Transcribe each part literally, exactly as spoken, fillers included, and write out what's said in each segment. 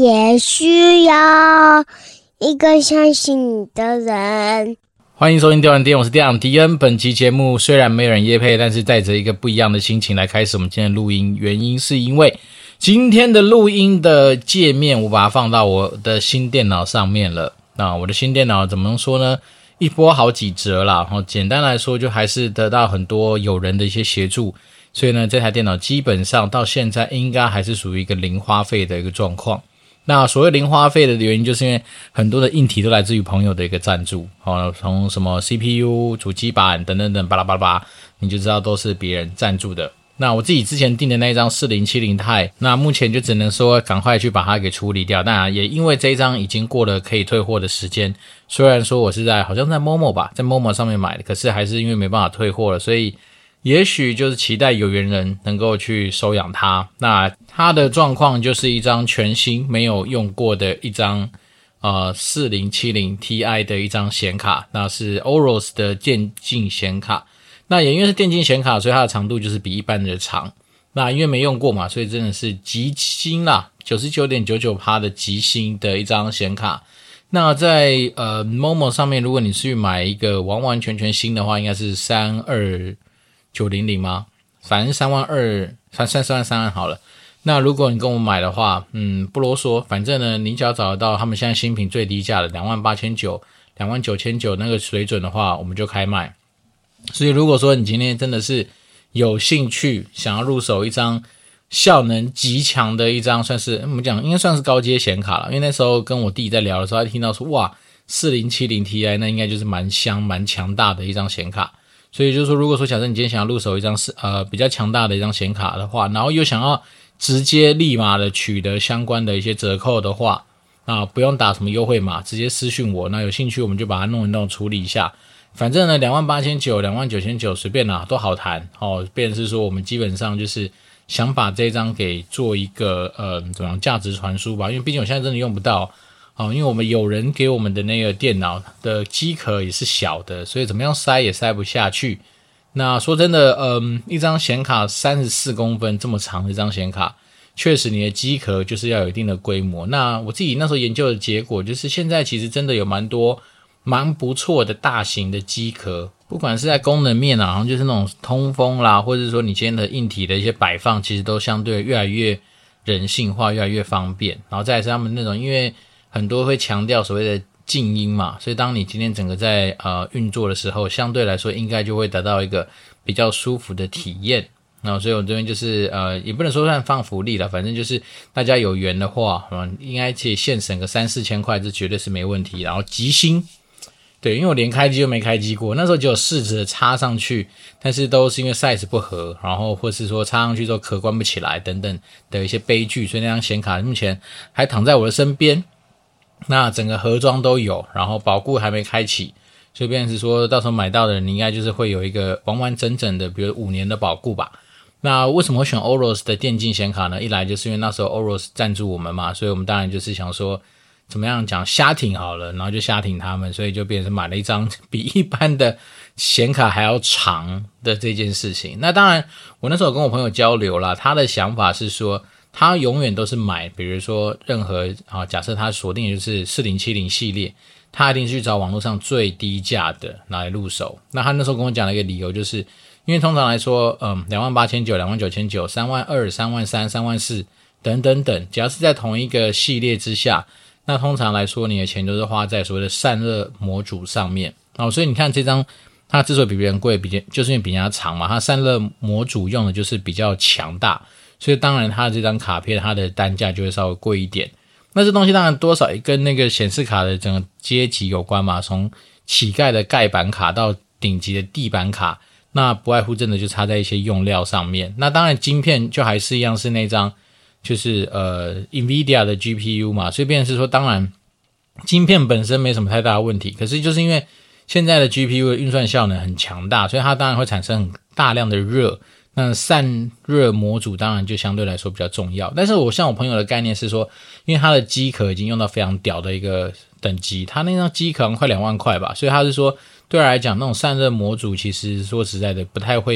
也需要一个相信你的人。 欢迎收听电玩店，我是店长迪恩。本期节目虽然没有人业配，但是带着一个不一样的心情来开始我们今天的录音。原因是因为今天的录音的界面我把它放到我的新电脑上面了。那我的新电脑怎么说呢？一波好几折啦。简单来说，就还是得到很多友人的一些协助，所以呢，这台电脑基本上到现在应该还是属于一个零花费的一个状况。那所谓零花费的原因，就是因为很多的硬体都来自于朋友的一个赞助，哦，从什么 C P U、主机板等等等巴拉巴拉巴拉，你就知道都是别人赞助的。那我自己之前订的那一张四零七零 Ti， 那目前就只能说赶快去把它给处理掉。当然也因为这一张已经过了可以退货的时间，虽然说我是在好像在 Momo 吧，在 Momo 上面买的，可是还是因为没办法退货了，所以也许就是期待有缘人能够去收养它。那它的状况就是一张全新没有用过的一张呃四零七零 Ti 的一张显卡，那是 Oros 的电竞显卡。那也因为是电竞显卡，所以它的长度就是比一般的长。那因为没用过嘛，所以真的是极新啦 百分之九十九点九九 的极新的一张显卡。那在呃 Momo 上面，如果你是买一个完完全全新的话，应该是三二九零零吗？反正三万二，算三万三万好了。那如果你跟我买的话，嗯，不啰嗦，反正呢，你只要找得到他们现在新品最低价的两万八千九、两万九千九那个水准的话，我们就开卖。所以如果说你今天真的是有兴趣想要入手一张效能极强的一张，算是我们讲应该算是高阶显卡了，因为那时候跟我弟在聊的时候，他听到说哇四零七零 Ti 那应该就是蛮香蛮强大的一张显卡。所以就是说，如果说假设你今天想要入手一张是呃比较强大的一张显卡的话，然后又想要直接立马的取得相关的一些折扣的话，啊不用打什么优惠码，直接私讯我，那有兴趣我们就把它弄一弄处理一下。反正呢两万八千九、两万九千九随便啦，都好谈哦。变成是说我们基本上就是想把这张给做一个呃怎么样价值传输吧，因为毕竟我现在真的用不到。哦，因为我们有人给我们的那个电脑的机壳也是小的，所以怎么样塞也塞不下去。那说真的，嗯，一张显卡三十四公分这么长的一张显卡，确实你的机壳就是要有一定的规模。那我自己那时候研究的结果就是，现在其实真的有蛮多蛮不错的大型的机壳，不管是在功能面啊，好像就是那种通风啦，或者是说你今天的硬体的一些摆放，其实都相对越来越人性化，越来越方便。然后再来是他们那种，因为很多会强调所谓的静音嘛，所以当你今天整个在呃运作的时候，相对来说应该就会得到一个比较舒服的体验。然后所以我这边就是呃也不能说算放福利了，反正就是大家有缘的话，嗯，应该可以现省个三四千块，这绝对是没问题。然后极新，对，因为我连开机都没开机过，那时候只有试着插上去，但是都是因为 size 不合，然后或是说插上去之后壳关不起来等等的一些悲剧，所以那张显卡目前还躺在我的身边。那整个盒装都有，然后保固还没开启，所以变成是说到时候买到的人你应该就是会有一个完完整整的比如五年的保固吧。那为什么会选 Oros 的电竞显卡呢？一来就是因为那时候 Oros 赞助我们嘛，所以我们当然就是想说怎么样讲瞎挺好了，然后就瞎挺他们，所以就变成买了一张比一般的显卡还要长的这件事情。那当然我那时候跟我朋友交流啦，他的想法是说他永远都是买比如说任何啊，假设他锁定的就是四零七零系列，他一定去找网络上最低价的拿来入手。那他那时候跟我讲了一个理由，就是因为通常来说嗯，两万八千九、两万九千九、三万二、三万三、三万四等等等，只要是在同一个系列之下，那通常来说你的钱都是花在所谓的散热模组上面。哦，所以你看这张它之所以比别人贵，比就是因为比人家长嘛，它散热模组用的就是比较强大，所以当然它的这张卡片它的单价就会稍微贵一点。那这东西当然多少也跟那个显示卡的整个阶级有关嘛，从乞丐的盖板卡到顶级的地板卡，那不外乎真的就差在一些用料上面。那当然晶片就还是一样是那张就是呃 Nvidia 的 G P U 嘛，所以变成是说当然晶片本身没什么太大的问题，可是就是因为现在的 G P U 的运算效能很强大，所以它当然会产生很大量的热，那散热模组当然就相对来说比较重要。但是我像我朋友的概念是说，因为他的机壳已经用到非常屌的一个等级，他那张机壳快两万块吧，所以他是说对他来讲那种散热模组其实说实在的不太会有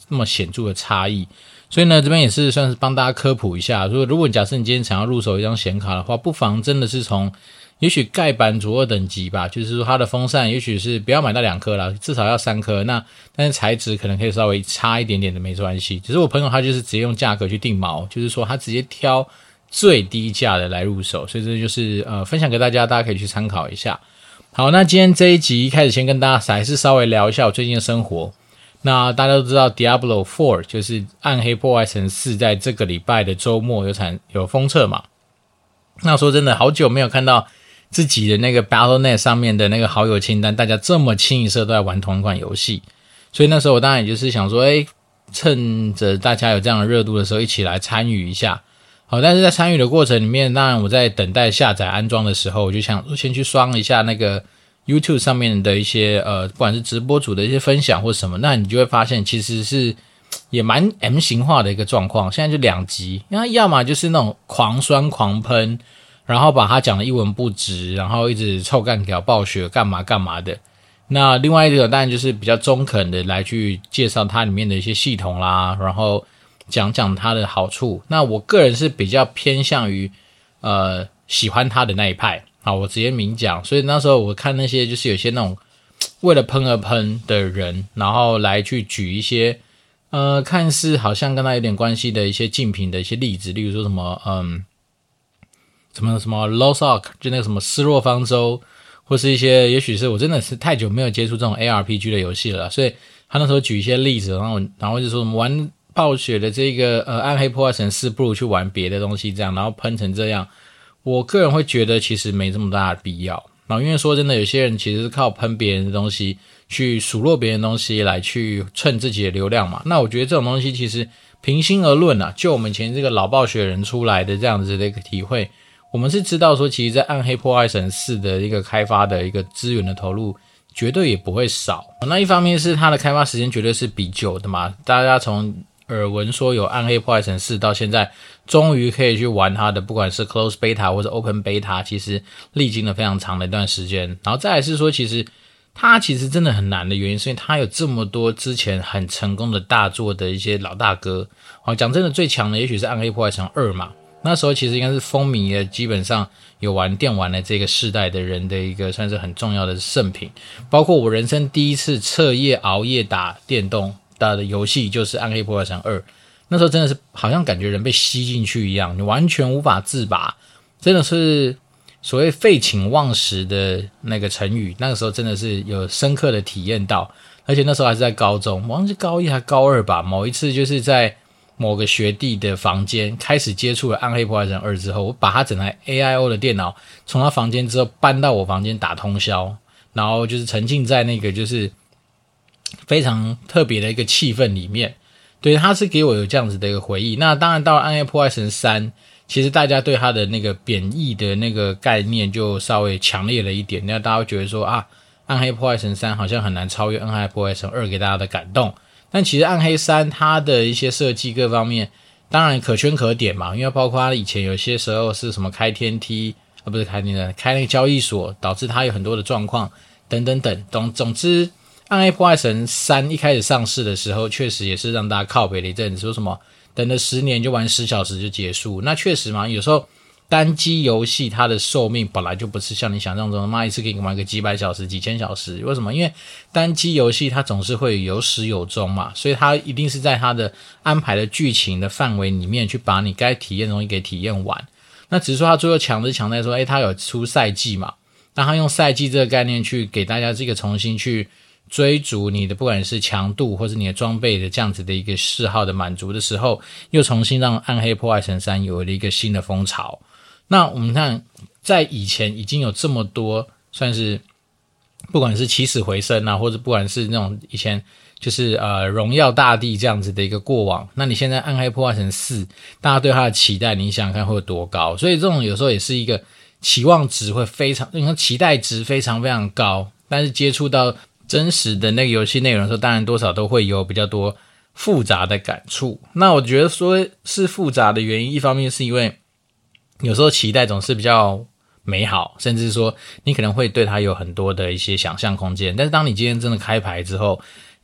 那么显著的差异。所以呢，这边也是算是帮大家科普一下，如果如果假设你今天想要入手一张显卡的话，不妨真的是从也许盖板左右等级吧，就是说它的风扇也许是不要买到两颗啦，至少要三颗，那但是材质可能可以稍微差一点点的没关系。只是我朋友他就是直接用价格去定锚，就是说他直接挑最低价的来入手，所以这就是呃分享给大家，大家可以去参考一下。好，那今天这一集一开始先跟大家还是稍微聊一下我最近的生活。那大家都知道 Diablo 四 就是暗黑破坏神四在这个礼拜的周末有产有封测嘛。那说真的好久没有看到自己的那个 Battle dot net 上面的那个好友清单，大家这么清一色都在玩同一款游戏。所以那时候我当然也就是想说，诶，趁着大家有这样的热度的时候一起来参与一下。好，但是在参与的过程里面，当然我在等待下载安装的时候，我就想先去刷一下那个YouTube 上面的一些呃，不管是直播主的一些分享或什么，那你就会发现其实是也蛮 M 型化的一个状况。现在就两极，因为要么就是那种狂酸狂喷，然后把他讲的一文不值，然后一直臭干屌暴雪干嘛干嘛的。那另外一个当然就是比较中肯的来去介绍它里面的一些系统啦，然后讲讲它的好处。那我个人是比较偏向于呃喜欢它的那一派。好，我直接明讲。所以那时候我看那些就是有些那种为了喷而喷的人，然后来去举一些呃看似好像跟他有点关系的一些竞品的一些例子，例如说什么嗯什么什么 Lost Ark 就那个什么失落方舟，或是一些也许是我真的是太久没有接触这种 A R P G 的游戏了，所以他那时候举一些例子，然后然后就说我们玩暴雪的这个呃暗黑破坏神四不如去玩别的东西这样，然后喷成这样。我个人会觉得其实没这么大的必要，然后因为说真的有些人其实是靠喷别人的东西去数落别人的东西来去蹭自己的流量嘛，那我觉得这种东西其实平心而论啊，就我们以前这个老暴雪人出来的这样子的一个体会，我们是知道说其实在暗黑破坏神四的一个开发的一个资源的投入绝对也不会少。那一方面是它的开发时间绝对是比久的嘛，大家从耳闻说有暗黑破坏神四到现在终于可以去玩它的不管是 close beta 或者 open beta， 其实历经了非常长的一段时间。然后再来是说其实它其实真的很难的原因是因为它有这么多之前很成功的大作的一些老大哥。好，讲真的最强的也许是暗黑破坏神二嘛，那时候其实应该是风靡的基本上有玩电玩的这个世代的人的一个算是很重要的圣品。包括我人生第一次彻夜熬夜打电动的游戏就是暗黑破坏神二，那时候真的是好像感觉人被吸进去一样，你完全无法自拔，真的是所谓废寝忘食的那个成语，那个时候真的是有深刻的体验到。而且那时候还是在高中，我忘记高一还高二吧，某一次就是在某个学弟的房间开始接触了暗黑破坏神二之后，我把他整台 A I O 的电脑从他房间之后搬到我房间打通宵，然后就是沉浸在那个就是非常特别的一个气氛里面。对，他是给我有这样子的一个回忆。那当然到了暗黑破坏神三，其实大家对他的那个贬义的那个概念就稍微强烈了一点，那大家会觉得说啊，暗黑破坏神三好像很难超越暗黑破坏神二给大家的感动。但其实暗黑三它的一些设计各方面当然可圈可点嘛，因为包括它以前有些时候是什么开天梯啊，不是开天梯，开那个交易所，导致它有很多的状况等等等。总总之暗黑破坏神三一开始上市的时候确实也是让大家靠北了一阵子，说什么等了十年就玩十小时就结束。那确实嘛，有时候单机游戏它的寿命本来就不是像你想象中的妈一次可以玩个几百小时几千小时。为什么？因为单机游戏它总是会有始有终嘛，所以它一定是在它的安排的剧情的范围里面去把你该体验的东西给体验完。那只是说它最后强的是强在说诶它有出赛季嘛，那它用赛季这个概念去给大家这个重新去追逐你的不管是强度或是你的装备的这样子的一个嗜好的满足的时候，又重新让暗黑破坏神三有了一个新的风潮。那我们看在以前已经有这么多算是不管是起死回生啊，或者不管是那种以前就是呃荣耀大地这样子的一个过往，那你现在暗黑破坏神四大家对它的期待你想想看会有多高。所以这种有时候也是一个期望值会非常，你看期待值非常非常高，但是接触到真实的那个游戏内容的时候，当然多少都会有比较多复杂的感触。那我觉得说是复杂的原因，一方面是因为有时候期待总是比较美好，甚至说你可能会对它有很多的一些想象空间，但是当你今天真的开牌之后，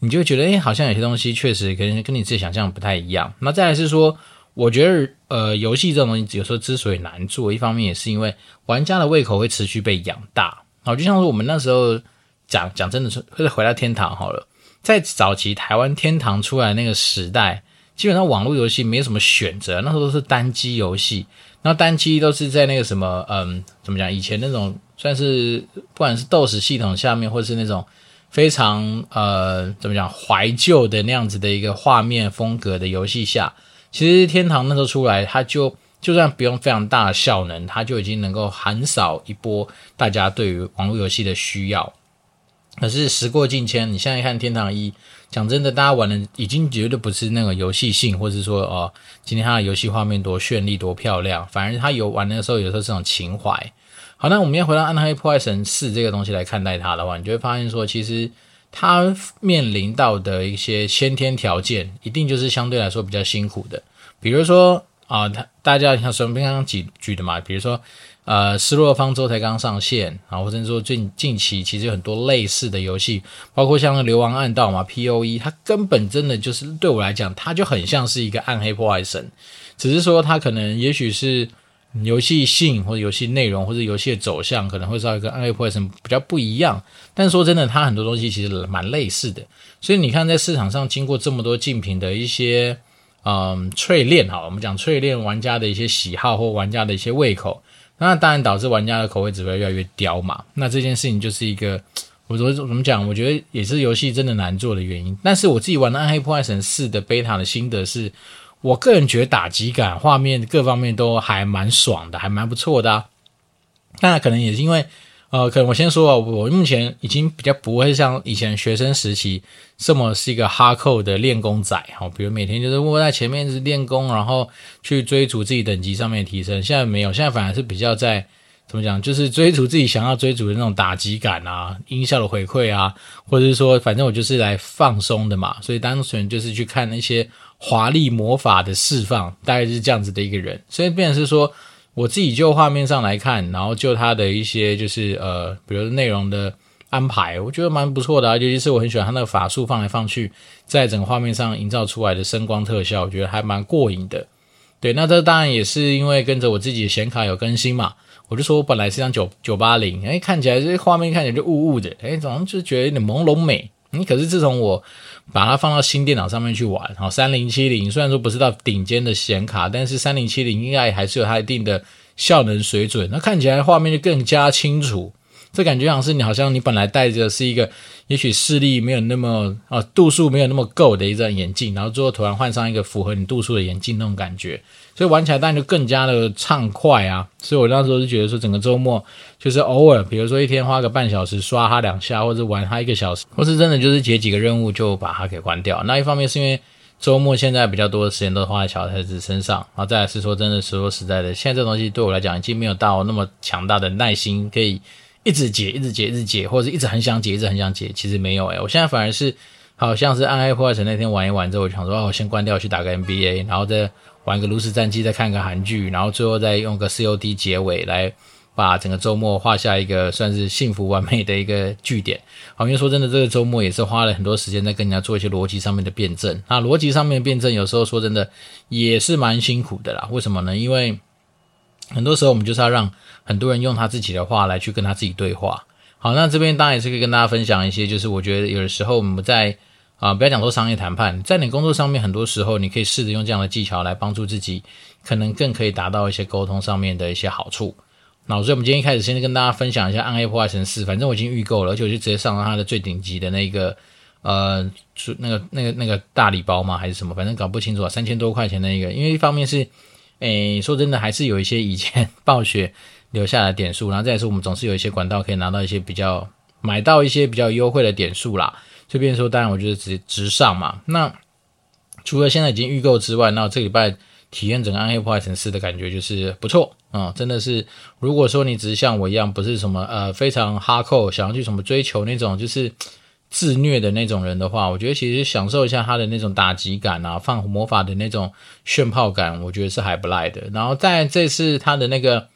你就会觉得诶好像有些东西确实跟跟你自己想象不太一样。那再来是说我觉得呃游戏这种东西有时候之所以难做，一方面也是因为玩家的胃口会持续被养大。好，就像说我们那时候讲讲真的是回到天堂好了，在早期台湾天堂出来那个时代，基本上网络游戏没有什么选择，那时候都是单机游戏，然后单机都是在那个什么嗯怎么讲，以前那种算是不管是 D O S 系统下面，或是那种非常呃怎么讲怀旧的那样子的一个画面风格的游戏下，其实天堂那时候出来，它就就算不用非常大的效能，它就已经能够横扫一波大家对于网络游戏的需要。可是时过境迁，你现在看天堂一，讲真的，大家玩的已经绝对不是那个游戏性，或是说哦，今天它的游戏画面多绚丽多漂亮，反而它有玩的时候有时候是这种情怀。好，那我们要回到暗黑破坏神四这个东西来看待它的话，你就会发现说，其实它面临到的一些先天条件一定就是相对来说比较辛苦的。比如说啊、呃，大家像随便刚刚举举的嘛，比如说呃，失落方舟才刚上线啊，或者说近近期其实有很多类似的游戏，包括像流亡暗道嘛 P O E， 它根本真的就是对我来讲，它就很像是一个暗黑破坏神，只是说它可能也许是游戏性或者游戏内容或者游戏的走向可能会稍微跟暗黑破坏神比较不一样，但是说真的，它很多东西其实蛮类似的，所以你看在市场上经过这么多竞品的一些嗯淬炼，好，我们讲淬炼玩家的一些喜好或玩家的一些胃口。那当然导致玩家的口味只会越来越刁嘛，那这件事情就是一个我怎么讲，我觉得也是游戏真的难做的原因。但是我自己玩的暗黑破坏神四的 beta 的心得是，我个人觉得打击感画面各方面都还蛮爽的，还蛮不错的啊。当然可能也是因为呃，可能我先说啊，我目前已经比较不会像以前学生时期这么是一个哈扣的练功仔，比如每天就是窝在前面是练功，然后去追逐自己等级上面的提升。现在没有，现在反而是比较在怎么讲，就是追逐自己想要追逐的那种打击感啊，音效的回馈啊，或者是说反正我就是来放松的嘛，所以单纯就是去看那些华丽魔法的释放，大概是这样子的一个人。所以变成是说我自己就画面上来看，然后就它的一些就是呃，比如内容的安排，我觉得蛮不错的啊。尤其是我很喜欢它那个法术放来放去，在整个画面上营造出来的声光特效，我觉得还蛮过瘾的。对，那这当然也是因为跟着我自己的显卡有更新嘛。我就说我本来是张九八零，哎，看起来这画面看起来就雾雾的，哎，好像就觉得有点朦胧美。嗯，可是自从我把它放到新电脑上面去玩，好，三零七零虽然说不是到顶尖的显卡，但是三零七零应该还是有它一定的效能水准，那看起来画面就更加清楚。这感觉像是你好像你本来戴着是一个也许视力没有那么啊度数没有那么够的一张眼镜，然后最后突然换上一个符合你度数的眼镜那种感觉，所以玩起来当然就更加的畅快啊。所以我那时候就觉得说整个周末就是偶尔比如说一天花个半小时刷它两下，或者玩它一个小时，或是真的就是解几个任务就把它给关掉。那一方面是因为周末现在比较多的时间都花在小孩子身上，然后再来是说真的说实在的，现在这东西对我来讲已经没有到那么强大的耐心可以一直解一直解一直解，或者是一直很想解一直很想解，其实没有诶、欸、我现在反而是好像是暗黑破坏神那天玩一玩之后，我想说哦，我先关掉去打个 N B A， 然后再玩个炉石战记，再看个韩剧，然后最后再用个 C O D 结尾来把整个周末画下一个算是幸福完美的一个句点。好，因为说真的这个周末也是花了很多时间在跟人家做一些逻辑上面的辩证，那逻辑上面的辩证有时候说真的也是蛮辛苦的啦。为什么呢？因为很多时候我们就是要让很多人用他自己的话来去跟他自己对话。好，那这边当然也是可以跟大家分享一些，就是我觉得有的时候我们在啊、呃，不要讲说商业谈判，在你工作上面很多时候你可以试着用这样的技巧来帮助自己，可能更可以达到一些沟通上面的一些好处。那所以我们今天一开始先跟大家分享一下暗黑破坏神四，反正我已经预购了，而且我就直接上到它的最顶级的那个呃那个那个那个大礼包嘛还是什么，反正搞不清楚啊，三千多块钱的一个。因为一方面是诶说真的还是有一些以前暴雪留下来的点数，然后再来是我们总是有一些管道可以拿到一些比较买到一些比较优惠的点数啦，这边说当然我觉得直直上嘛。那除了现在已经预购之外，那这个礼拜体验整个暗黑破坏神四的感觉就是不错啊、嗯，真的是如果说你只是像我一样不是什么呃非常哈扣想要去什么追求那种就是自虐的那种人的话，我觉得其实享受一下他的那种打击感啊，放魔法的那种炫炮感，我觉得是还不赖的。然后在这次他的那个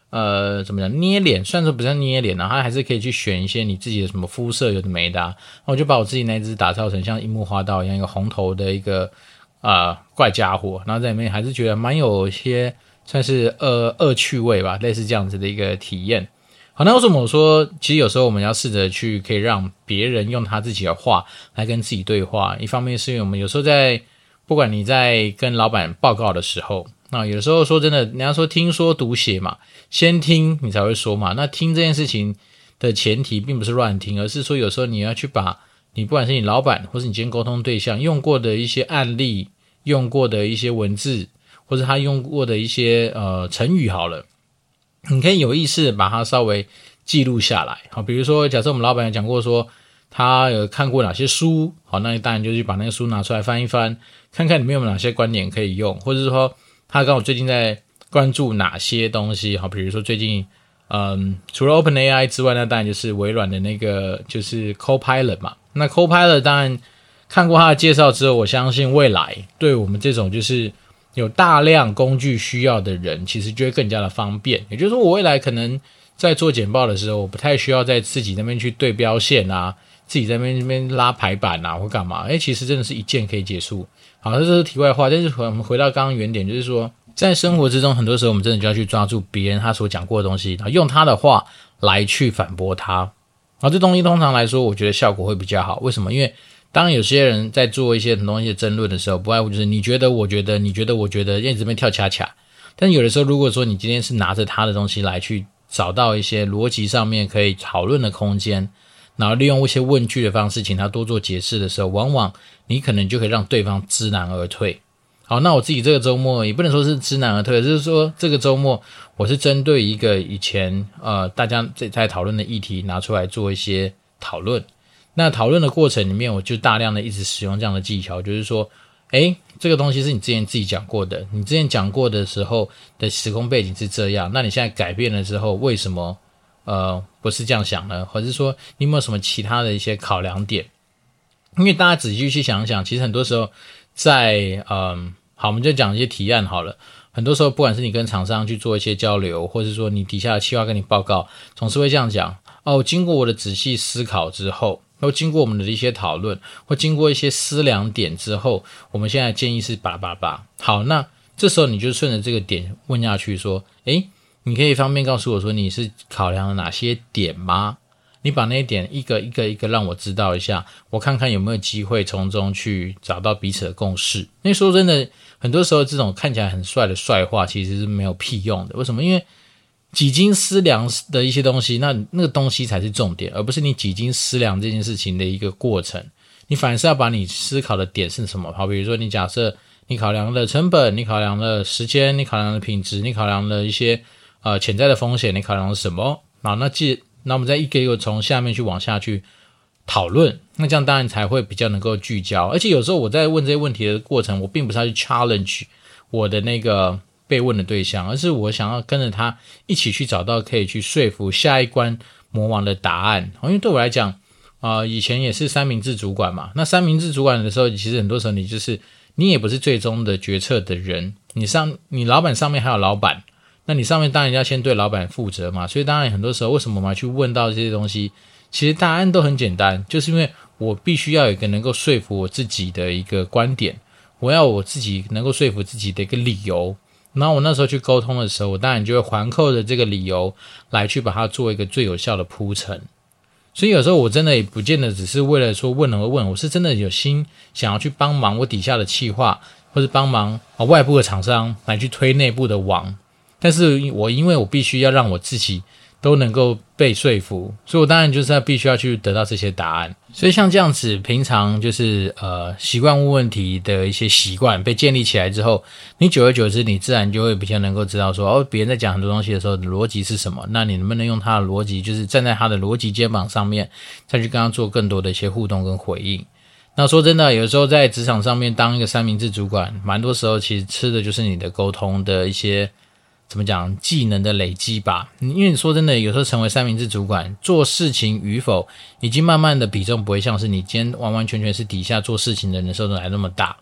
呃，怎么讲捏脸，虽然说不像捏脸啊，它还是可以去选一些你自己的什么肤色有的没的啊。那我就把我自己那一只打造成像樱木花道一样一个红头的一个呃怪家伙，然后在里面还是觉得蛮有一些算是恶恶趣味吧，类似这样子的一个体验。好，那为什么我说其实有时候我们要试着去可以让别人用他自己的话来跟自己对话？一方面是因为我们有时候在不管你在跟老板报告的时候，那有的时候说真的，人家说听说读写嘛，先听你才会说嘛。那听这件事情的前提并不是乱听，而是说有时候你要去把你不管是你老板或是你今天沟通对象用过的一些案例，用过的一些文字，或是他用过的一些呃成语好了，你可以有意识的把它稍微记录下来。好，比如说假设我们老板有讲过说他有看过哪些书，好，那你当然就去把那个书拿出来翻一翻，看看里面有哪些观点可以用，或者是说他刚好最近在关注哪些东西。好，比如说最近嗯，除了 OpenAI 之外，那当然就是微软的那个就是 Copilot 嘛。那 Copilot 当然看过他的介绍之后，我相信未来对我们这种就是有大量工具需要的人，其实就会更加的方便。也就是说我未来可能在做简报的时候，我不太需要在自己那边去对标线啊，自己在那边那边拉排版啊或干嘛，诶其实真的是一键可以结束。好，这是题外话，但是我们回到刚刚原点，就是说在生活之中很多时候我们真的就要去抓住别人他所讲过的东西，然后用他的话来去反驳他。好，这东西通常来说我觉得效果会比较好。为什么？因为当有些人在做一些很多东西的争论的时候，不外乎就是你觉得我觉得你觉得我觉得一直这边跳恰恰。但是有的时候如果说你今天是拿着他的东西来去找到一些逻辑上面可以讨论的空间，然后利用一些问句的方式请他多做解释的时候，往往你可能就可以让对方知难而退。好，那我自己这个周末也不能说是知难而退，就是说这个周末我是针对一个以前呃大家在讨论的议题拿出来做一些讨论。那讨论的过程里面，我就大量的一直使用这样的技巧，就是说诶这个东西是你之前自己讲过的，你之前讲过的时候的时空背景是这样，那你现在改变了之后为什么呃不是这样想呢？或者是说你有没有什么其他的一些考量点？因为大家仔细去想想，其实很多时候在嗯好，我们就讲一些提案好了。很多时候不管是你跟厂商去做一些交流，或是说你底下的企划跟你报告，总是会这样讲哦，经过我的仔细思考之后，或经过我们的一些讨论，或经过一些思量点之后，我们现在建议是巴拉巴拉巴拉。好，那这时候你就顺着这个点问下去说，诶你可以方便告诉我说你是考量了哪些点吗？你把那一点一个一个一个让我知道一下，我看看有没有机会从中去找到彼此的共识。因为说真的，很多时候这种看起来很帅的帅话其实是没有屁用的。为什么？因为几经思量的一些东西，那那个东西才是重点，而不是你几经思量这件事情的一个过程。你反而是要把你思考的点是什么。好，比如说你假设你考量了成本，你考量了时间，你考量了品质，你考量了一些呃潜在的风险，你考量了什么？好，那既那我们再一个一个从下面去往下去讨论，那这样当然才会比较能够聚焦。而且有时候我在问这些问题的过程，我并不是要去 challenge 我的那个被问的对象，而是我想要跟着他一起去找到可以去说服下一关魔王的答案。因为对我来讲呃，以前也是三明治主管嘛，那三明治主管的时候，其实很多时候你就是你也不是最终的决策的人，你上你老板上面还有老板，那你上面当然要先对老板负责嘛。所以当然很多时候为什么我们要去问到这些东西，其实答案都很简单，就是因为我必须要有一个能够说服我自己的一个观点，我要我自己能够说服自己的一个理由。然后我那时候去沟通的时候，我当然就会环扣着这个理由来去把它做一个最有效的铺陈。所以有时候我真的也不见得只是为了说问而问，我是真的有心想要去帮忙我底下的企划，或是帮忙外部的厂商来去推内部的网。但是我因为我必须要让我自己都能够被说服，所以我当然就是要必须要去得到这些答案。所以像这样子平常就是呃习惯问问题的一些习惯被建立起来之后，你久而久之你自然就会比较能够知道说哦，别人在讲很多东西的时候逻辑是什么，那你能不能用他的逻辑，就是站在他的逻辑肩膀上面再去跟他做更多的一些互动跟回应。那说真的，有时候在职场上面当一个三明治主管，蛮多时候其实吃的就是你的沟通的一些怎么讲技能的累积吧。因为你说真的，有时候成为三明治主管，做事情与否已经慢慢的比重不会像是你今天完完全全是底下做事情的人受得来那么大。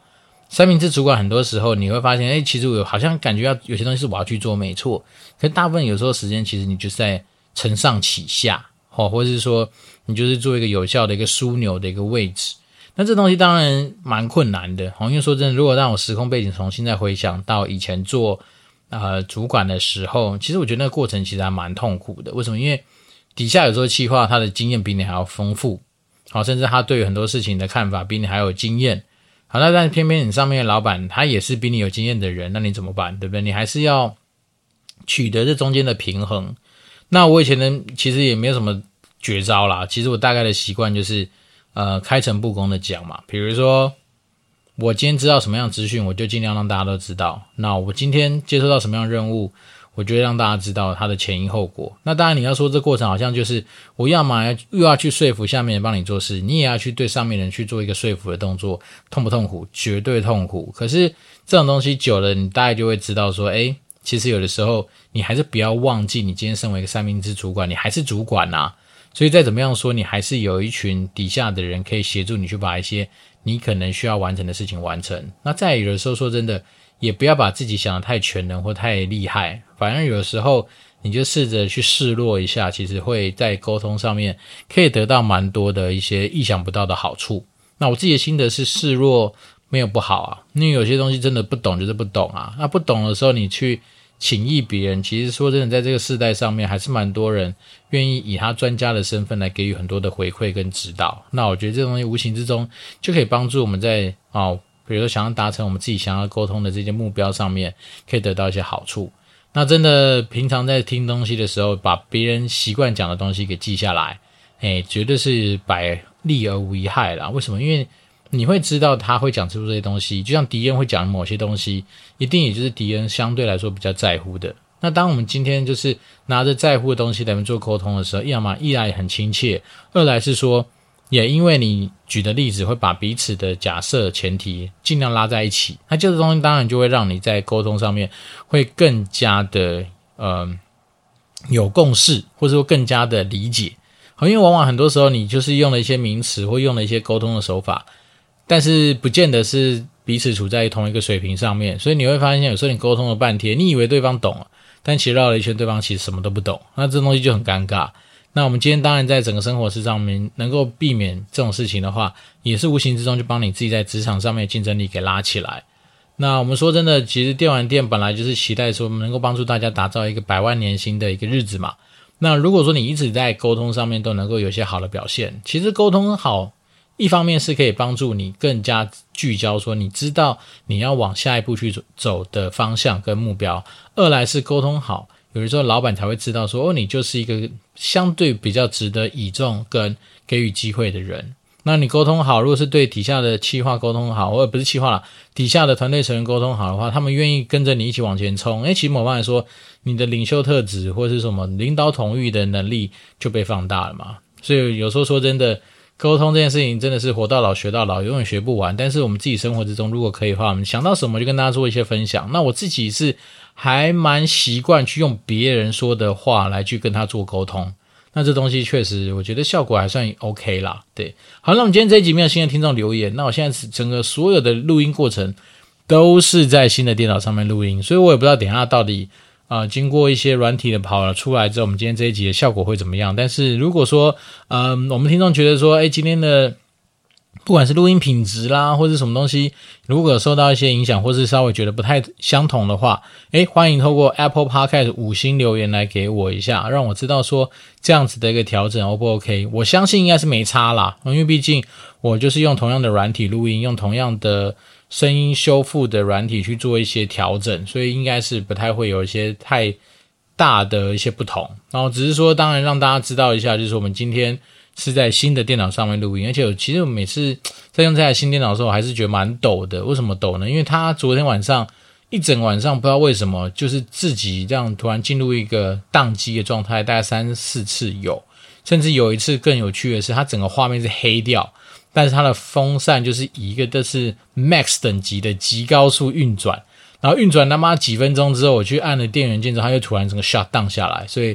三明治主管很多时候你会发现，诶，其实我好像感觉要有些东西是我要去做，没错。可是大部分有时候时间其实你就是在承上启下，哦，或者是说你就是做一个有效的一个枢纽的一个位置。那这东西当然蛮困难的，因为说真的，如果让我时空背景重新再回想到以前做呃主管的时候，其实我觉得那个过程其实还蛮痛苦的。为什么？因为底下有时候企划他的经验比你还要丰富，好，甚至他对于很多事情的看法比你还有经验。好，那但是偏偏你上面的老板他也是比你有经验的人，那你怎么办？对不对？你还是要取得这中间的平衡。那我以前呢，其实也没有什么绝招啦。其实我大概的习惯就是呃开诚布公的讲嘛。比如说我今天知道什么样的资讯，我就尽量让大家都知道。那我今天接收到什么样的任务，我就会让大家知道它的前因后果。那当然你要说这过程好像就是我要嘛又要去说服下面人帮你做事，你也要去对上面人去做一个说服的动作，痛不痛苦？绝对痛苦。可是这种东西久了，你大概就会知道说，诶，其实有的时候你还是不要忘记你今天身为一个三明治主管，你还是主管啊。所以再怎么样说，你还是有一群底下的人可以协助你去把一些你可能需要完成的事情完成。那再有的时候说真的，也不要把自己想得太全能或太厉害，反而有的时候你就试着去示弱一下，其实会在沟通上面可以得到蛮多的一些意想不到的好处。那我自己的心得是，示弱没有不好啊，因为有些东西真的不懂就是不懂啊。那不懂的时候你去请益别人，其实说真的，在这个世代上面还是蛮多人愿意以他专家的身份来给予很多的回馈跟指导。那我觉得这东西无形之中就可以帮助我们在哦，比如说想要达成我们自己想要沟通的这些目标上面可以得到一些好处。那真的平常在听东西的时候，把别人习惯讲的东西给记下来，诶，绝对是百利而无一害啦。为什么？因为你会知道他会讲出这些东西，就像敌人会讲某些东西，一定也就是敌人相对来说比较在乎的。那当我们今天就是拿着在乎的东西来做沟通的时候，要么一来很亲切，二来是说也因为你举的例子会把彼此的假设前提尽量拉在一起，那这个东西当然就会让你在沟通上面会更加的呃有共识，或者说更加的理解。因为往往很多时候你就是用了一些名词或用了一些沟通的手法，但是不见得是彼此处在同一个水平上面，所以你会发现有时候你沟通了半天，你以为对方懂了，但其实绕了一圈，对方其实什么都不懂，那这东西就很尴尬。那我们今天当然在整个生活事上面能够避免这种事情的话，也是无形之中就帮你自己在职场上面的竞争力给拉起来。那我们说真的，其实电玩店本来就是期待说我们能够帮助大家打造一个百万年薪的一个日子嘛。那如果说你一直在沟通上面都能够有一些好的表现，其实沟通好一方面是可以帮助你更加聚焦，说你知道你要往下一步去走的方向跟目标，二来是沟通好，有的时候老板才会知道说，哦，你就是一个相对比较值得倚重跟给予机会的人。那你沟通好，如果是对底下的企划沟通好，或者不是企划啦，底下的团队成员沟通好的话，他们愿意跟着你一起往前冲，诶，其实某方面来说，你的领袖特质或是什么领导统御的能力就被放大了嘛。所以有时候说真的，沟通这件事情真的是活到老学到老，永远学不完。但是我们自己生活之中如果可以的话，我们想到什么就跟大家做一些分享。那我自己是还蛮习惯去用别人说的话来去跟他做沟通，那这东西确实我觉得效果还算 OK 啦。对，好，那我们今天这一集没有新的听众留言，那我现在整个所有的录音过程都是在新的电脑上面录音，所以我也不知道等一下到底呃，经过一些软体的跑了出来之后，我们今天这一集的效果会怎么样。但是如果说呃，我们听众觉得说诶今天的不管是录音品质啦或是什么东西，如果受到一些影响或是稍微觉得不太相同的话，诶欢迎透过 Apple Podcast 五星留言来给我一下，让我知道说这样子的一个调整 O 不 OK。 我相信应该是没差啦，因为毕竟我就是用同样的软体录音，用同样的声音修复的软体去做一些调整，所以应该是不太会有一些太大的一些不同。然后只是说当然让大家知道一下，就是我们今天是在新的电脑上面录音，而且其实我每次在用这台新电脑的时候，我还是觉得蛮抖的。为什么抖呢？因为它昨天晚上一整晚上不知道为什么就是自己这样突然进入一个宕机的状态，大概三四次有，甚至有一次更有趣的是它整个画面是黑掉，但是它的风扇就是以一个都是 max 等级的极高速运转，然后运转他妈几分钟之后，我去按了电源键之后，它又突然整个 shut down 下来，所以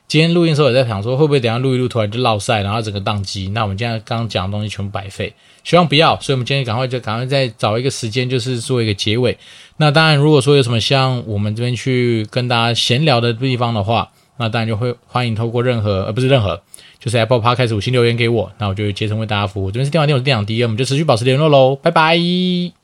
今天录音的时候也在想说，会不会等一下录一录突然就落赛，然后整个宕机，那我们现在刚刚讲的东西全部白费，希望不要，所以我们今天赶快就赶快再找一个时间，就是做一个结尾。那当然如果说有什么像我们这边去跟大家闲聊的地方的话，那当然就会欢迎透过任何呃不是任何就是 Apple Podcast 五星留言给我，那我就会竭诚为大家服务。这边是电玩店，我是店长 D N， 我们就持续保持联络咯，拜拜。